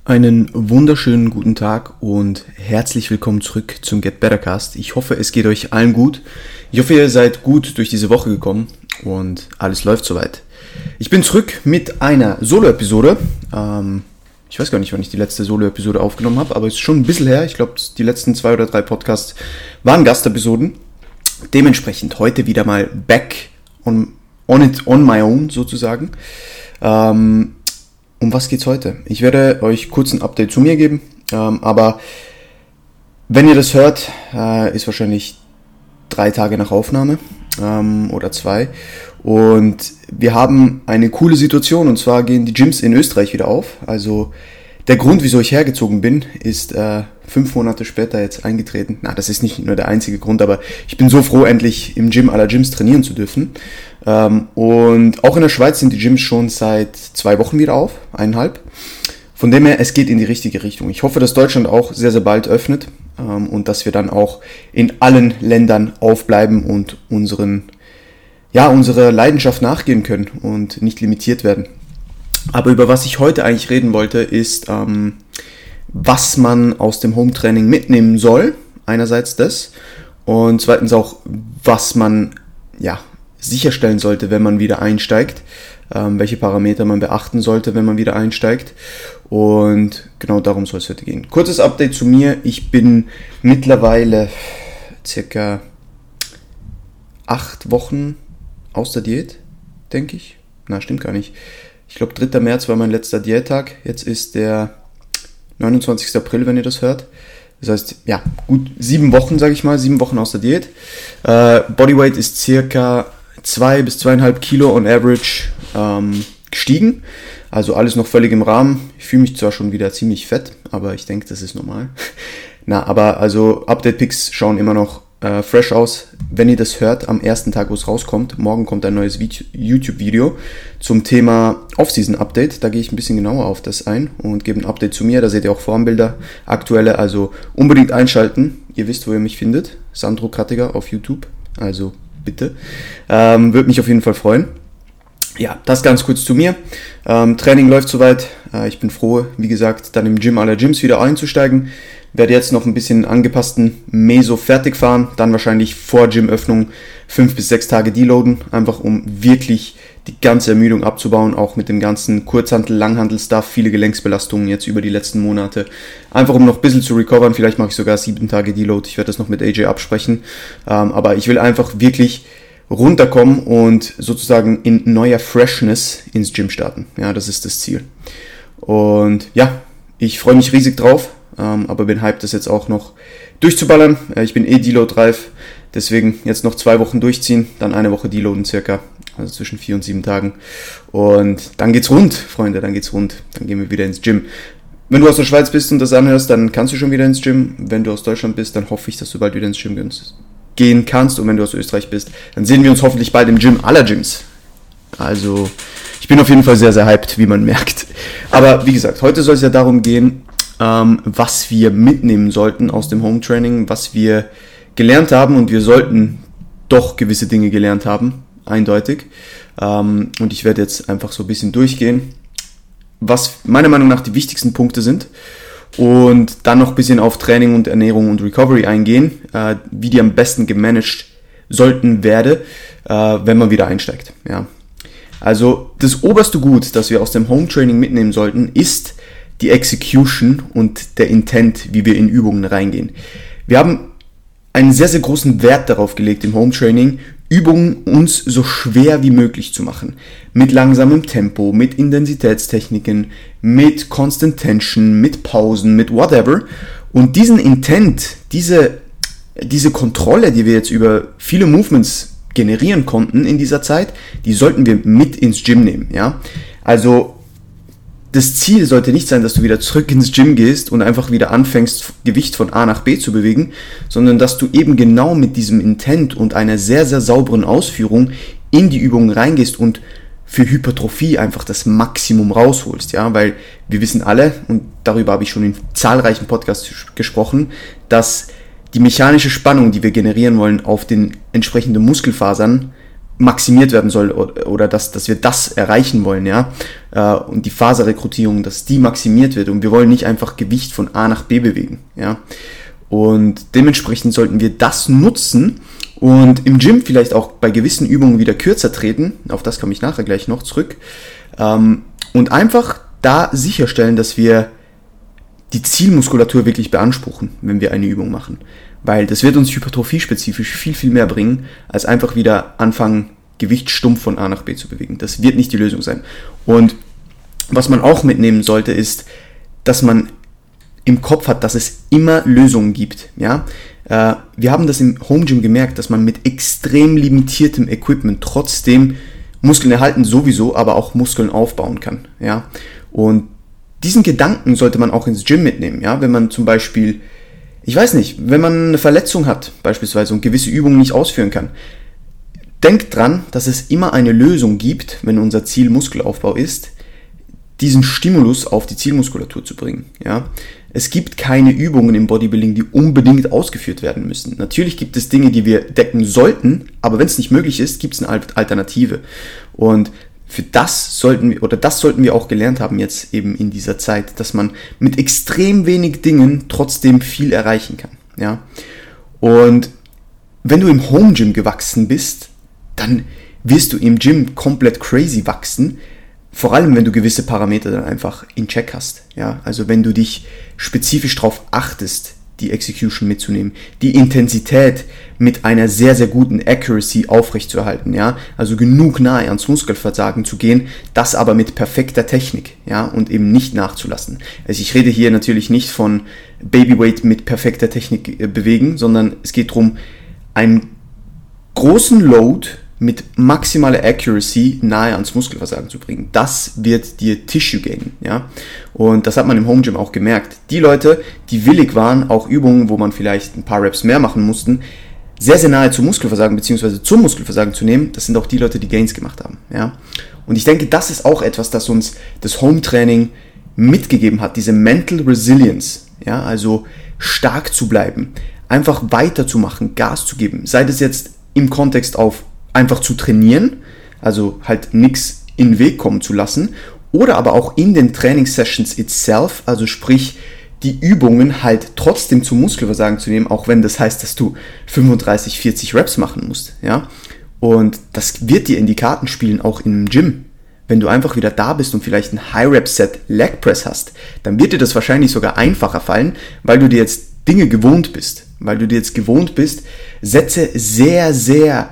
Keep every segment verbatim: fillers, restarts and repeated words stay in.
Einen wunderschönen guten Tag und herzlich willkommen zurück zum Get Better Cast. Ich hoffe, es geht euch allen gut. Ich hoffe, ihr seid gut durch diese Woche gekommen und alles läuft soweit. Ich bin zurück mit einer Solo-Episode. Ähm, ich weiß gar nicht, wann ich die letzte Solo-Episode aufgenommen habe, aber es ist schon ein bisschen her. Ich glaube, die letzten zwei oder drei Podcasts waren Gastepisoden. Dementsprechend heute wieder mal back on, on it, on my own sozusagen. Ähm, Um was geht's heute? Ich werde euch kurz ein Update zu mir geben, ähm, aber wenn ihr das hört, äh, ist wahrscheinlich drei Tage nach Aufnahme ähm, oder zwei und wir haben eine coole Situation und zwar gehen die Gyms in Österreich wieder auf. Also der Grund, wieso ich hergezogen bin, ist äh, fünf Monate später jetzt eingetreten. Na, das ist nicht nur der einzige Grund, aber ich bin so froh, endlich im Gym aller Gyms trainieren zu dürfen. Ähm, und auch in der Schweiz sind die Gyms schon seit zwei Wochen wieder auf, eineinhalb. Von dem her, es geht in die richtige Richtung. Ich hoffe, dass Deutschland auch sehr, sehr bald öffnet ähm, und dass wir dann auch in allen Ländern aufbleiben und unseren, ja, unserer Leidenschaft nachgehen können und nicht limitiert werden. Aber über was ich heute eigentlich reden wollte, ist, ähm, was man aus dem Home-Training mitnehmen soll. Einerseits das und zweitens auch, was man ja sicherstellen sollte, wenn man wieder einsteigt. Ähm, welche Parameter man beachten sollte, wenn man wieder einsteigt. Und genau darum soll es heute gehen. Kurzes Update zu mir. Ich bin mittlerweile circa acht Wochen aus der Diät, denke ich. Na, stimmt gar nicht. Ich glaube, dritter März war mein letzter Diättag. Jetzt ist der neunundzwanzigster April, wenn ihr das hört. Das heißt, ja, gut sieben Wochen, sage ich mal, sieben Wochen aus der Diät. Äh, Bodyweight ist circa zwei bis zweieinhalb Kilo on average ähm, gestiegen. Also alles noch völlig im Rahmen. Ich fühle mich zwar schon wieder ziemlich fett, aber ich denke, das ist normal. Na, aber also Update-Pics schauen immer noch äh, fresh aus. Wenn ihr das hört, am ersten Tag, wo es rauskommt, morgen kommt ein neues YouTube-Video zum Thema Off-Season-Update. Da gehe ich ein bisschen genauer auf das ein und gebe ein Update zu mir. Da seht ihr auch Formbilder, aktuelle, also unbedingt einschalten. Ihr wisst, wo ihr mich findet. Sandro Krattiger auf YouTube, also bitte. Ähm, würde mich auf jeden Fall freuen. Ja, das ganz kurz zu mir. Ähm, Training läuft soweit. Äh, ich bin froh, wie gesagt, dann im Gym aller Gyms wieder einzusteigen. Werde jetzt noch ein bisschen angepassten Meso fertig fahren, dann wahrscheinlich vor Gymöffnung fünf bis sechs Tage deloaden, einfach um wirklich die ganze Ermüdung abzubauen, auch mit dem ganzen Kurzhantel, Langhantel-Stuff, viele Gelenksbelastungen jetzt über die letzten Monate. Einfach um noch ein bisschen zu recovern, vielleicht mache ich sogar sieben Tage Deload, ich werde das noch mit A J absprechen, ähm, aber ich will einfach wirklich runterkommen und sozusagen in neuer Freshness ins Gym starten. Ja, das ist das Ziel. Und ja, ich freue mich riesig drauf. Um, aber bin hyped, das jetzt auch noch durchzuballern. Äh, ich bin eh Deload-reif, deswegen jetzt noch zwei Wochen durchziehen, dann eine Woche Deloaden circa, also zwischen vier und sieben Tagen. Und dann geht's rund, Freunde, dann geht's rund. Dann gehen wir wieder ins Gym. Wenn du aus der Schweiz bist und das anhörst, dann kannst du schon wieder ins Gym. Wenn du aus Deutschland bist, dann hoffe ich, dass du bald wieder ins Gym gehen kannst. Und wenn du aus Österreich bist, dann sehen wir uns hoffentlich bald im Gym aller Gyms. Also, ich bin auf jeden Fall sehr, sehr hyped, wie man merkt. Aber wie gesagt, heute soll es ja darum gehen, Ähm, was wir mitnehmen sollten aus dem Home Training, was wir gelernt haben, und wir sollten doch gewisse Dinge gelernt haben, eindeutig. Ähm, und ich werde jetzt einfach so ein bisschen durchgehen, was meiner Meinung nach die wichtigsten Punkte sind, und dann noch ein bisschen auf Training und Ernährung und Recovery eingehen, äh, wie die am besten gemanagt sollten werde, äh, wenn man wieder einsteigt. Ja. Also das oberste Gut, das wir aus dem Home Training mitnehmen sollten, ist die Execution und der Intent, wie wir in Übungen reingehen. Wir haben einen sehr, sehr großen Wert darauf gelegt im Home Training, Übungen uns so schwer wie möglich zu machen. Mit langsamem Tempo, mit Intensitätstechniken, mit Constant Tension, mit Pausen, mit whatever. Und diesen Intent, diese, diese Kontrolle, die wir jetzt über viele Movements generieren konnten in dieser Zeit, die sollten wir mit ins Gym nehmen. Ja? Also das Ziel sollte nicht sein, dass du wieder zurück ins Gym gehst und einfach wieder anfängst, Gewicht von A nach B zu bewegen, sondern dass du eben genau mit diesem Intent und einer sehr, sehr sauberen Ausführung in die Übungen reingehst und für Hypertrophie einfach das Maximum rausholst. Ja, weil wir wissen alle, und darüber habe ich schon in zahlreichen Podcasts gesprochen, dass die mechanische Spannung, die wir generieren wollen auf den entsprechenden Muskelfasern, maximiert werden soll oder, oder dass, dass wir das erreichen wollen, ja, äh, und die Faserrekrutierung, dass die maximiert wird und wir wollen nicht einfach Gewicht von A nach B bewegen, ja, und dementsprechend sollten wir das nutzen und im Gym vielleicht auch bei gewissen Übungen wieder kürzer treten, auf das komme ich nachher gleich noch zurück, ähm, und einfach da sicherstellen, dass wir die Zielmuskulatur wirklich beanspruchen, wenn wir eine Übung machen. Weil das wird uns hypertrophiespezifisch viel, viel mehr bringen, als einfach wieder anfangen, Gewicht stumpf von A nach B zu bewegen. Das wird nicht die Lösung sein. Und was man auch mitnehmen sollte, ist, dass man im Kopf hat, dass es immer Lösungen gibt. Ja? Äh, wir haben das im Home Gym gemerkt, dass man mit extrem limitiertem Equipment trotzdem Muskeln erhalten sowieso, aber auch Muskeln aufbauen kann. Ja? Und diesen Gedanken sollte man auch ins Gym mitnehmen. Ja? Wenn man zum Beispiel, ich weiß nicht, wenn man eine Verletzung hat beispielsweise und gewisse Übungen nicht ausführen kann, denkt dran, dass es immer eine Lösung gibt, wenn unser Ziel Muskelaufbau ist, diesen Stimulus auf die Zielmuskulatur zu bringen. Ja? Es gibt keine Übungen im Bodybuilding, die unbedingt ausgeführt werden müssen. Natürlich gibt es Dinge, die wir decken sollten, aber wenn es nicht möglich ist, gibt es eine Alternative. Und für das sollten wir, oder das sollten wir auch gelernt haben jetzt eben in dieser Zeit, dass man mit extrem wenig Dingen trotzdem viel erreichen kann. Ja? Und wenn du im Home Gym gewachsen bist, dann wirst du im Gym komplett crazy wachsen, vor allem wenn du gewisse Parameter dann einfach in Check hast. Ja? Also wenn du dich spezifisch darauf achtest, die Execution mitzunehmen, die Intensität mit einer sehr, sehr guten Accuracy aufrechtzuerhalten, ja, also genug nahe ans Muskelversagen zu gehen, das aber mit perfekter Technik, ja, und eben nicht nachzulassen. Also ich rede hier natürlich nicht von Babyweight mit perfekter Technik äh, bewegen, sondern es geht darum, einen großen Load mit maximaler Accuracy nahe ans Muskelversagen zu bringen. Das wird dir Tissue gainen, ja. Und das hat man im Home Gym auch gemerkt. Die Leute, die willig waren, auch Übungen, wo man vielleicht ein paar Reps mehr machen mussten, sehr, sehr nahe zum Muskelversagen bzw. zum Muskelversagen zu nehmen, das sind auch die Leute, die Gains gemacht haben, ja. Und ich denke, das ist auch etwas, das uns das Home-Training mitgegeben hat, diese Mental Resilience, ja, also stark zu bleiben, einfach weiterzumachen, Gas zu geben, sei das jetzt im Kontext auf einfach zu trainieren, also halt nichts in den Weg kommen zu lassen, oder aber auch in den Trainingssessions itself, also sprich die Übungen halt trotzdem zum Muskelversagen zu nehmen, auch wenn das heißt, dass du fünfunddreißig, vierzig Reps machen musst, ja. Und das wird dir in die Karten spielen, auch im Gym. Wenn du einfach wieder da bist und vielleicht ein High-Rep-Set Leg Press hast, dann wird dir das wahrscheinlich sogar einfacher fallen, weil du dir jetzt Dinge gewohnt bist, weil du dir jetzt gewohnt bist, Sätze sehr, sehr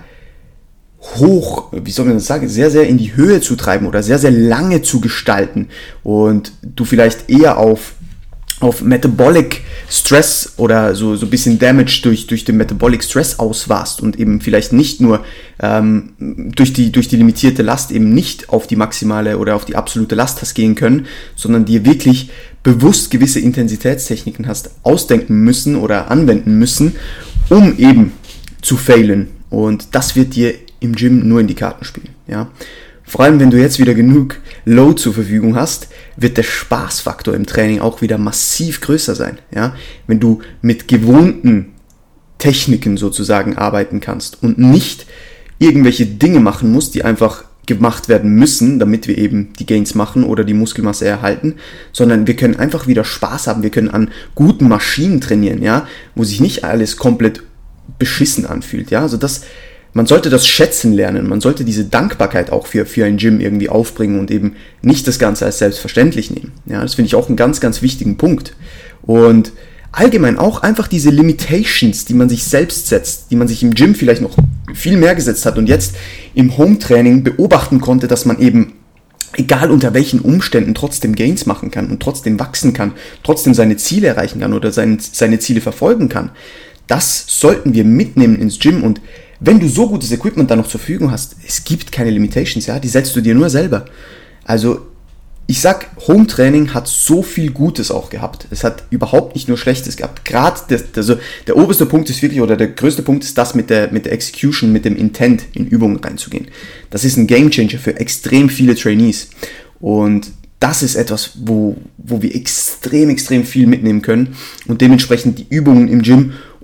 hoch, wie soll man das sagen, sehr, sehr in die Höhe zu treiben oder sehr, sehr lange zu gestalten und du vielleicht eher auf, auf Metabolic Stress oder so, so ein bisschen Damage durch, durch den Metabolic Stress auswarst und eben vielleicht nicht nur ähm, durch, die, durch die limitierte Last eben nicht auf die maximale oder auf die absolute Last hast gehen können, sondern dir wirklich bewusst gewisse Intensitätstechniken hast ausdenken müssen oder anwenden müssen, um eben zu failen. Und das wird dir im Gym nur in die Karten spielen, ja. Vor allem, wenn du jetzt wieder genug Load zur Verfügung hast, wird der Spaßfaktor im Training auch wieder massiv größer sein, ja. Wenn du mit gewohnten Techniken sozusagen arbeiten kannst und nicht irgendwelche Dinge machen musst, die einfach gemacht werden müssen, damit wir eben die Gains machen oder die Muskelmasse erhalten, sondern wir können einfach wieder Spaß haben, wir können an guten Maschinen trainieren, ja, wo sich nicht alles komplett beschissen anfühlt, ja, also das, man sollte das schätzen lernen, man sollte diese Dankbarkeit auch für, für ein Gym irgendwie aufbringen und eben nicht das Ganze als selbstverständlich nehmen. Ja, das finde ich auch einen ganz, ganz wichtigen Punkt. Und allgemein auch einfach diese Limitations, die man sich selbst setzt, die man sich im Gym vielleicht noch viel mehr gesetzt hat und jetzt im Home-Training beobachten konnte, dass man eben, egal unter welchen Umständen, trotzdem Gains machen kann und trotzdem wachsen kann, trotzdem seine Ziele erreichen kann oder seine, seine Ziele verfolgen kann. Das sollten wir mitnehmen ins Gym und wenn du so gutes Equipment dann noch zur Verfügung hast, es gibt keine Limitations, ja, die setzt du dir nur selber. Also ich sag, Home-Training hat so viel Gutes auch gehabt. Es hat überhaupt nicht nur Schlechtes gehabt. Gerade der, also der oberste Punkt ist wirklich, oder der größte Punkt ist das mit der, mit der Execution, mit dem Intent in Übungen reinzugehen. Das ist ein Gamechanger für extrem viele Trainees. Und das ist etwas, wo, wo wir extrem, extrem viel mitnehmen können und dementsprechend die Übungen im Gym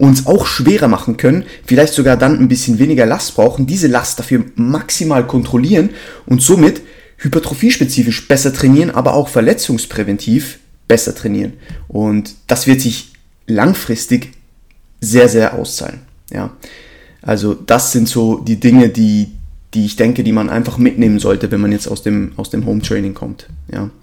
uns auch schwerer machen können, vielleicht sogar dann ein bisschen weniger Last brauchen, diese Last dafür maximal kontrollieren und somit hypertrophiespezifisch besser trainieren, aber auch verletzungspräventiv besser trainieren. Und das wird sich langfristig sehr, sehr auszahlen. Ja. Also das sind so die Dinge, die, die ich denke, die man einfach mitnehmen sollte, wenn man jetzt aus dem, aus dem Home Training kommt. Ja.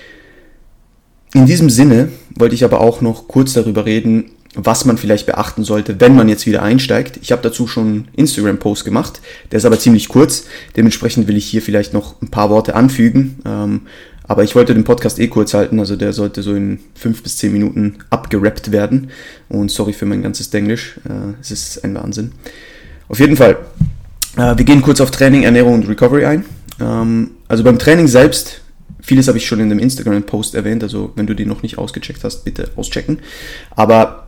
In diesem Sinne wollte ich aber auch noch kurz darüber reden, was man vielleicht beachten sollte, wenn man jetzt wieder einsteigt. Ich habe dazu schon einen Instagram-Post gemacht, der ist aber ziemlich kurz. Dementsprechend will ich hier vielleicht noch ein paar Worte anfügen. Ähm, aber ich wollte den Podcast eh kurz halten, also der sollte so in fünf bis zehn Minuten abgerappt werden. Und sorry für mein ganzes Denglisch, äh, es ist ein Wahnsinn. Auf jeden Fall, äh, wir gehen kurz auf Training, Ernährung und Recovery ein. Ähm, also beim Training selbst, vieles habe ich schon in dem Instagram-Post erwähnt, also wenn du den noch nicht ausgecheckt hast, bitte auschecken. Aber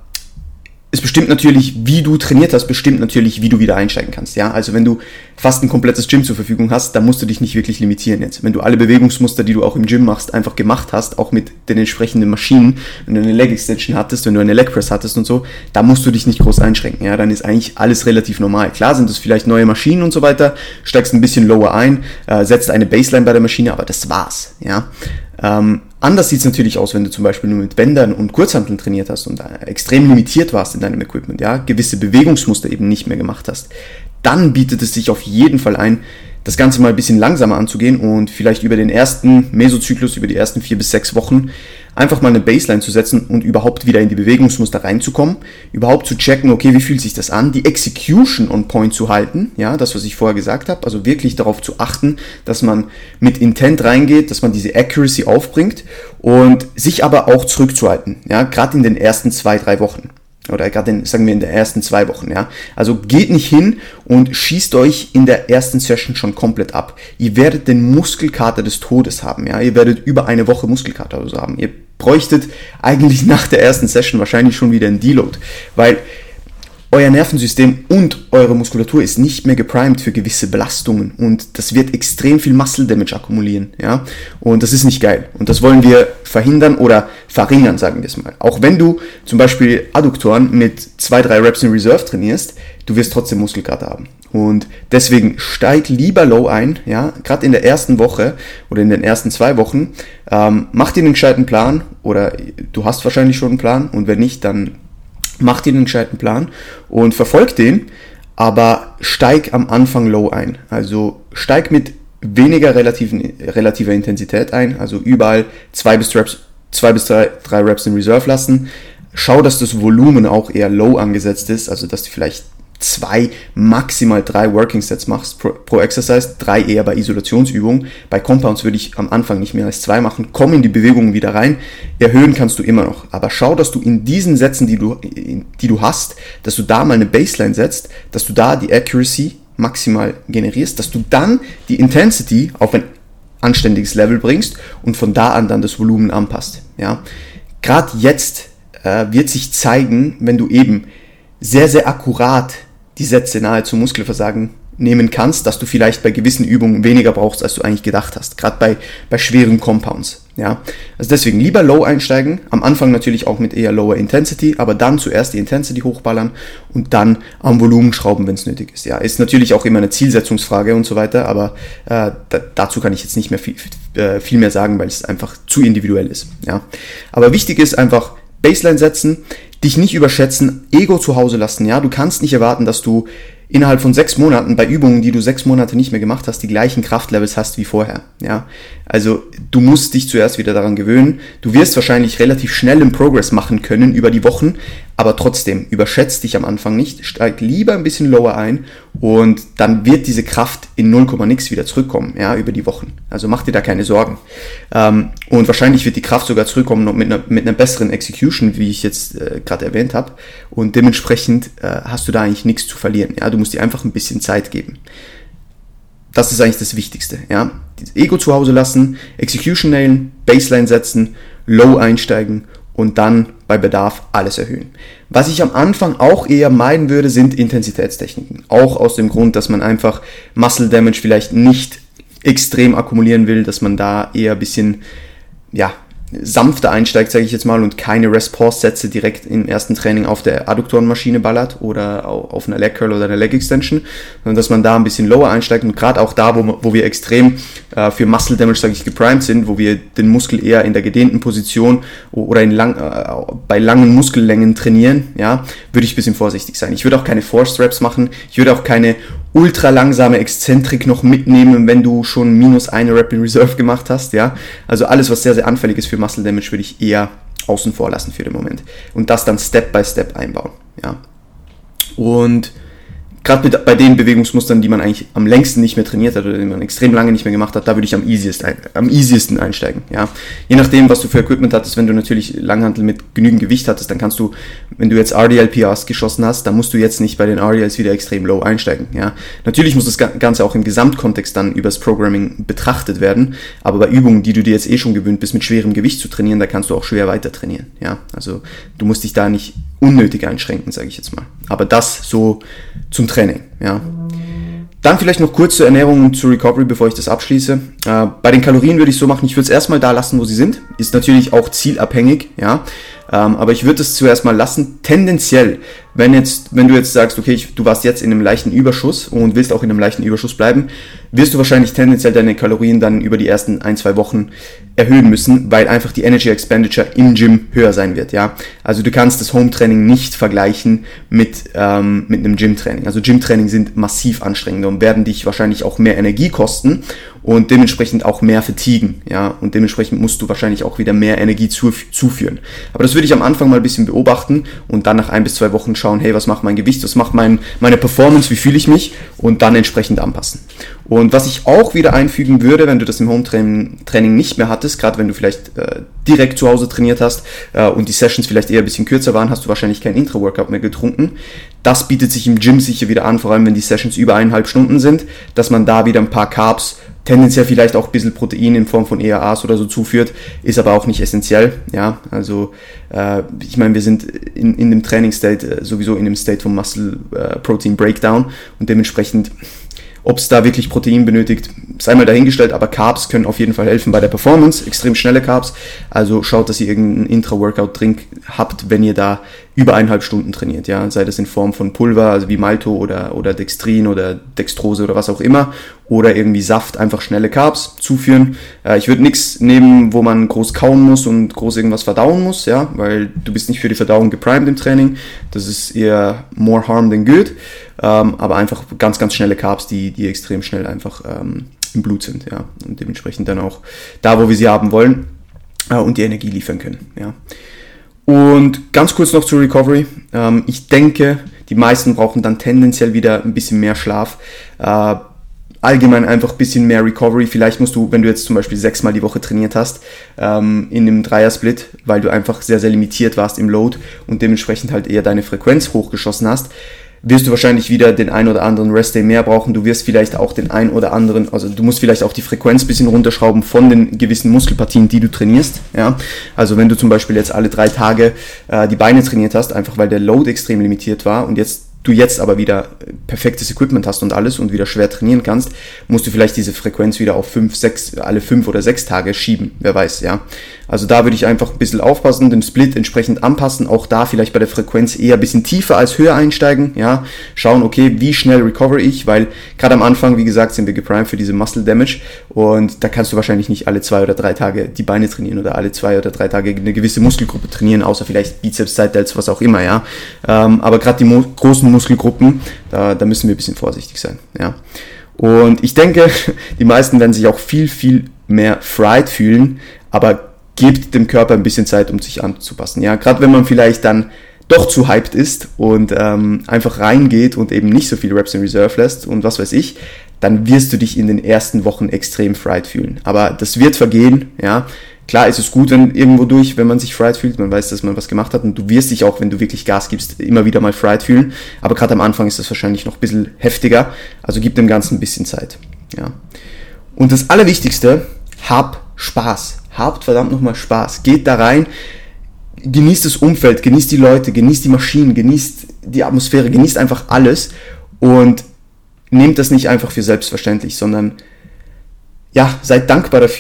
es bestimmt natürlich, wie du trainiert hast, bestimmt natürlich, wie du wieder einsteigen kannst. Ja, also wenn du fast ein komplettes Gym zur Verfügung hast, dann musst du dich nicht wirklich limitieren jetzt. Wenn du alle Bewegungsmuster, die du auch im Gym machst, einfach gemacht hast, auch mit den entsprechenden Maschinen, wenn du eine Leg Extension hattest, wenn du eine Leg Press hattest und so, da musst du dich nicht groß einschränken. Ja, dann ist eigentlich alles relativ normal. Klar sind es vielleicht neue Maschinen und so weiter, steigst ein bisschen lower ein, äh, setzt eine Baseline bei der Maschine, aber das war's. Ja. Ähm, anders sieht es natürlich aus, wenn du zum Beispiel nur mit Bändern und Kurzhanteln trainiert hast und extrem limitiert warst in deinem Equipment, ja, gewisse Bewegungsmuster eben nicht mehr gemacht hast. Dann bietet es sich auf jeden Fall ein, das Ganze mal ein bisschen langsamer anzugehen und vielleicht über den ersten Mesozyklus, über die ersten vier bis sechs Wochen einfach mal eine Baseline zu setzen und überhaupt wieder in die Bewegungsmuster reinzukommen, überhaupt zu checken, okay, wie fühlt sich das an, die Execution on point zu halten, ja, das, was ich vorher gesagt habe, also wirklich darauf zu achten, dass man mit Intent reingeht, dass man diese Accuracy aufbringt und sich aber auch zurückzuhalten, ja, gerade in den ersten zwei, drei Wochen. Oder gerade, in, sagen wir, in den ersten zwei Wochen, ja. Also geht nicht hin und schießt euch in der ersten Session schon komplett ab. Ihr werdet den Muskelkater des Todes haben, ja. Ihr werdet über eine Woche Muskelkater oder so haben. Ihr bräuchtet eigentlich nach der ersten Session wahrscheinlich schon wieder einen Deload, weil euer Nervensystem und eure Muskulatur ist nicht mehr geprimed für gewisse Belastungen und das wird extrem viel Muscle Damage akkumulieren, ja, und das ist nicht geil und das wollen wir verhindern oder verringern, sagen wir es mal. Auch wenn du zum Beispiel Adduktoren mit zwei, drei Reps in Reserve trainierst, du wirst trotzdem Muskelkater haben und deswegen steig lieber low ein, ja, gerade in der ersten Woche oder in den ersten zwei Wochen, ähm, mach dir einen gescheiten Plan oder du hast wahrscheinlich schon einen Plan und wenn nicht, dann mach dir einen gescheiten Plan und verfolg den, aber steig am Anfang low ein. Also steig mit weniger relativen, relativer Intensität ein, also überall zwei bis, Reps, zwei bis drei, drei Reps in Reserve lassen. Schau, dass das Volumen auch eher low angesetzt ist, also dass du vielleicht zwei, maximal drei Working Sets machst pro, pro Exercise, drei eher bei Isolationsübungen. Bei Compounds würde ich am Anfang nicht mehr als zwei machen. Komm in die Bewegungen wieder rein. Erhöhen kannst du immer noch. Aber schau, dass du in diesen Sätzen, die du, die du hast, dass du da mal eine Baseline setzt, dass du da die Accuracy maximal generierst, dass du dann die Intensity auf ein anständiges Level bringst und von da an dann das Volumen anpasst. Ja? Gerade jetzt äh, wird sich zeigen, wenn du eben sehr, sehr akkurat die Sätze nahezu Muskelversagen nehmen kannst, dass du vielleicht bei gewissen Übungen weniger brauchst, als du eigentlich gedacht hast, gerade bei, bei schweren Compounds. Ja? Also deswegen lieber low einsteigen, am Anfang natürlich auch mit eher lower Intensity, aber dann zuerst die Intensity hochballern und dann am Volumen schrauben, wenn es nötig ist. Ja, ist natürlich auch immer eine Zielsetzungsfrage und so weiter, aber äh, da, dazu kann ich jetzt nicht mehr viel, äh, viel mehr sagen, weil es einfach zu individuell ist. Ja? Aber wichtig ist einfach Baseline setzen, dich nicht überschätzen, Ego zu Hause lassen, ja, du kannst nicht erwarten, dass du innerhalb von sechs Monaten bei Übungen, die du sechs Monate nicht mehr gemacht hast, die gleichen Kraftlevels hast wie vorher, ja, also du musst dich zuerst wieder daran gewöhnen, du wirst wahrscheinlich relativ schnell im Progress machen können über die Wochen, aber trotzdem, überschätzt dich am Anfang nicht, steig lieber ein bisschen lower ein und dann wird diese Kraft in null Komma nix wieder zurückkommen, ja, über die Wochen, also mach dir da keine Sorgen ähm, und wahrscheinlich wird die Kraft sogar zurückkommen noch mit einer, mit einer besseren Execution, wie ich jetzt äh, gerade erwähnt habe und dementsprechend äh, hast du da eigentlich nichts zu verlieren, ja, du musst dir einfach ein bisschen Zeit geben. Das ist eigentlich das Wichtigste, ja. Das Ego zu Hause lassen, Execution nailen, Baseline setzen, Low einsteigen und dann bei Bedarf alles erhöhen. Was ich am Anfang auch eher meiden würde, sind Intensitätstechniken. Auch aus dem Grund, dass man einfach Muscle Damage vielleicht nicht extrem akkumulieren will, dass man da eher ein bisschen, ja, sanfter einsteigt, sage ich jetzt mal, und keine Rest-Pause-Sätze direkt im ersten Training auf der Adduktorenmaschine ballert oder auf einer Leg Curl oder einer Leg Extension, sondern dass man da ein bisschen lower einsteigt und gerade auch da, wo, wo wir extrem äh, für Muscle Damage, sage ich, geprimed sind, wo wir den Muskel eher in der gedehnten Position oder in lang, äh, bei langen Muskellängen trainieren, ja, würde ich ein bisschen vorsichtig sein. Ich würde auch keine Forced Reps machen, ich würde auch keine ultra langsame Exzentrik noch mitnehmen, wenn du schon minus eine Rep in Reserve gemacht hast, ja. Also alles, was sehr, sehr anfällig ist für Muscle Damage, würde ich eher außen vor lassen für den Moment. Und das dann Step by Step einbauen, ja. Und gerade bei den Bewegungsmustern, die man eigentlich am längsten nicht mehr trainiert hat oder die man extrem lange nicht mehr gemacht hat, da würde ich am easiest ein, am easiesten einsteigen. Ja. Je nachdem, was du für Equipment hattest, wenn du natürlich Langhantel mit genügend Gewicht hattest, dann kannst du, wenn du jetzt R D L P Rs geschossen hast, dann musst du jetzt nicht bei den R D Ls wieder extrem low einsteigen. Ja. Natürlich muss das Ganze auch im Gesamtkontext dann übers Programming betrachtet werden, aber bei Übungen, die du dir jetzt eh schon gewöhnt bist, mit schwerem Gewicht zu trainieren, da kannst du auch schwer weiter trainieren. Ja. Also du musst dich da nicht unnötig einschränken, sage ich jetzt mal. Aber das so zum Training, ja. Dann vielleicht noch kurz zur Ernährung und zur Recovery, bevor ich das abschließe. Äh, bei den Kalorien würde ich so machen, ich würde es erstmal da lassen, wo sie sind. Ist natürlich auch zielabhängig, ja. Ähm, aber ich würde es zuerst mal lassen. Tendenziell, wenn jetzt, wenn du jetzt sagst, okay, ich, du warst jetzt in einem leichten Überschuss und willst auch in einem leichten Überschuss bleiben, wirst du wahrscheinlich tendenziell deine Kalorien dann über die ersten ein, zwei Wochen erhöhen müssen, weil einfach die Energy Expenditure im Gym höher sein wird, ja. Also du kannst das Home-Training nicht vergleichen mit, ähm, mit einem Gym-Training. Also Gym-Training sind massiv anstrengender und werden dich wahrscheinlich auch mehr Energie kosten und dementsprechend auch mehr vertigen, ja. Und dementsprechend musst du wahrscheinlich auch wieder mehr Energie zuführen. Aber das würde ich am Anfang mal ein bisschen beobachten und dann nach ein bis zwei Wochen schauen, hey, was macht mein Gewicht, was macht mein, meine Performance, wie fühle ich mich und dann entsprechend anpassen. Und was ich auch wieder einfügen würde, wenn du das im Home-Training nicht mehr hattest, gerade wenn du vielleicht äh, direkt zu Hause trainiert hast äh, und die Sessions vielleicht eher ein bisschen kürzer waren, hast du wahrscheinlich kein Intra-Workout mehr getrunken. Das bietet sich im Gym sicher wieder an, vor allem wenn die Sessions über eineinhalb Stunden sind, dass man da wieder ein paar Carbs, tendenziell vielleicht auch ein bisschen Protein in Form von E R As oder so zuführt, ist aber auch nicht essentiell, ja, also äh, ich meine, wir sind in, in dem Training-State äh, sowieso in dem State von Muscle äh, Protein Breakdown und dementsprechend, ob es da wirklich Protein benötigt, sei mal dahingestellt, aber Carbs können auf jeden Fall helfen bei der Performance, extrem schnelle Carbs, also schaut, dass ihr irgendeinen Intra-Workout-Drink habt, wenn ihr da über eineinhalb Stunden trainiert, ja, sei das in Form von Pulver, also wie Malto oder, oder Dextrin oder Dextrose oder was auch immer, oder irgendwie Saft, einfach schnelle Carbs zuführen. Äh, ich würde nichts nehmen, wo man groß kauen muss und groß irgendwas verdauen muss, ja, weil du bist nicht für die Verdauung geprimed im Training, das ist eher more harm than good, ähm, aber einfach ganz, ganz schnelle Carbs, die, die extrem schnell einfach ähm, im Blut sind, ja, und dementsprechend dann auch da, wo wir sie haben wollen äh, und die Energie liefern können, ja. Und ganz kurz noch zur Recovery. Ähm, ich denke, die meisten brauchen dann tendenziell wieder ein bisschen mehr Schlaf. Äh, allgemein einfach ein bisschen mehr Recovery. Vielleicht musst du, wenn du jetzt zum Beispiel sechsmal die Woche trainiert hast, ähm, in einem Dreier-Split, weil du einfach sehr, sehr limitiert warst im Load und dementsprechend halt eher deine Frequenz hochgeschossen hast, wirst du wahrscheinlich wieder den ein oder anderen Rest-Day mehr brauchen. Du wirst vielleicht auch den ein oder anderen, also du musst vielleicht auch die Frequenz ein bisschen runterschrauben von den gewissen Muskelpartien, die du trainierst. Ja? Also wenn du zum Beispiel jetzt alle drei Tage äh, die Beine trainiert hast, einfach weil der Load extrem limitiert war und jetzt du jetzt aber wieder perfektes Equipment hast und alles und wieder schwer trainieren kannst, musst du vielleicht diese Frequenz wieder auf fünf, sechs, alle fünf oder sechs Tage schieben, wer weiß, ja. Also da würde ich einfach ein bisschen aufpassen, den Split entsprechend anpassen, auch da vielleicht bei der Frequenz eher ein bisschen tiefer als höher einsteigen, ja. Schauen, okay, wie schnell recover ich, weil gerade am Anfang, wie gesagt, sind wir geprimed für diese Muscle Damage und da kannst du wahrscheinlich nicht alle zwei oder drei Tage die Beine trainieren oder alle zwei oder drei Tage eine gewisse Muskelgruppe trainieren, außer vielleicht Bizeps, Side Delts, was auch immer, ja. Ähm, aber gerade die mo- großen Muskelgruppen, da, da müssen wir ein bisschen vorsichtig sein, ja. Und ich denke, die meisten werden sich auch viel, viel mehr fried fühlen, aber gebt dem Körper ein bisschen Zeit, um sich anzupassen, ja. Gerade wenn man vielleicht dann doch zu hyped ist und ähm, einfach reingeht und eben nicht so viele Reps in Reserve lässt und was weiß ich, dann wirst du dich in den ersten Wochen extrem fried fühlen. Aber das wird vergehen, ja. Klar ist es gut, wenn irgendwo durch, wenn man sich fried fühlt, man weiß, dass man was gemacht hat und du wirst dich auch, wenn du wirklich Gas gibst, immer wieder mal fried fühlen. Aber gerade am Anfang ist das wahrscheinlich noch ein bisschen heftiger, also gib dem Ganzen ein bisschen Zeit, ja. Und das Allerwichtigste, hab Spaß. Habt verdammt nochmal Spaß. Geht da rein, genießt das Umfeld, genießt die Leute, genießt die Maschinen, genießt die Atmosphäre, genießt einfach alles und nehmt das nicht einfach für selbstverständlich, sondern ja, seid dankbar dafür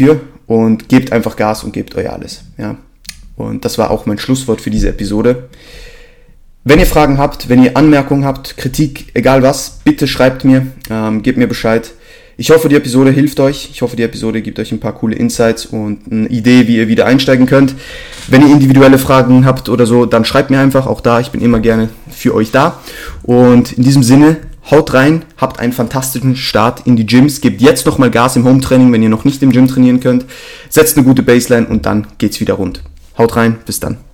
und gebt einfach Gas und gebt euer alles. Ja. Und das war auch mein Schlusswort für diese Episode. Wenn ihr Fragen habt, wenn ihr Anmerkungen habt, Kritik, egal was, bitte schreibt mir, ähm, gebt mir Bescheid. Ich hoffe, die Episode hilft euch. Ich hoffe, die Episode gibt euch ein paar coole Insights und eine Idee, wie ihr wieder einsteigen könnt. Wenn ihr individuelle Fragen habt oder so, dann schreibt mir einfach. Auch da, ich bin immer gerne für euch da. Und in diesem Sinne, haut rein, habt einen fantastischen Start in die Gyms. Gebt jetzt nochmal Gas im Home-Training, wenn ihr noch nicht im Gym trainieren könnt. Setzt eine gute Baseline und dann geht's wieder rund. Haut rein, bis dann.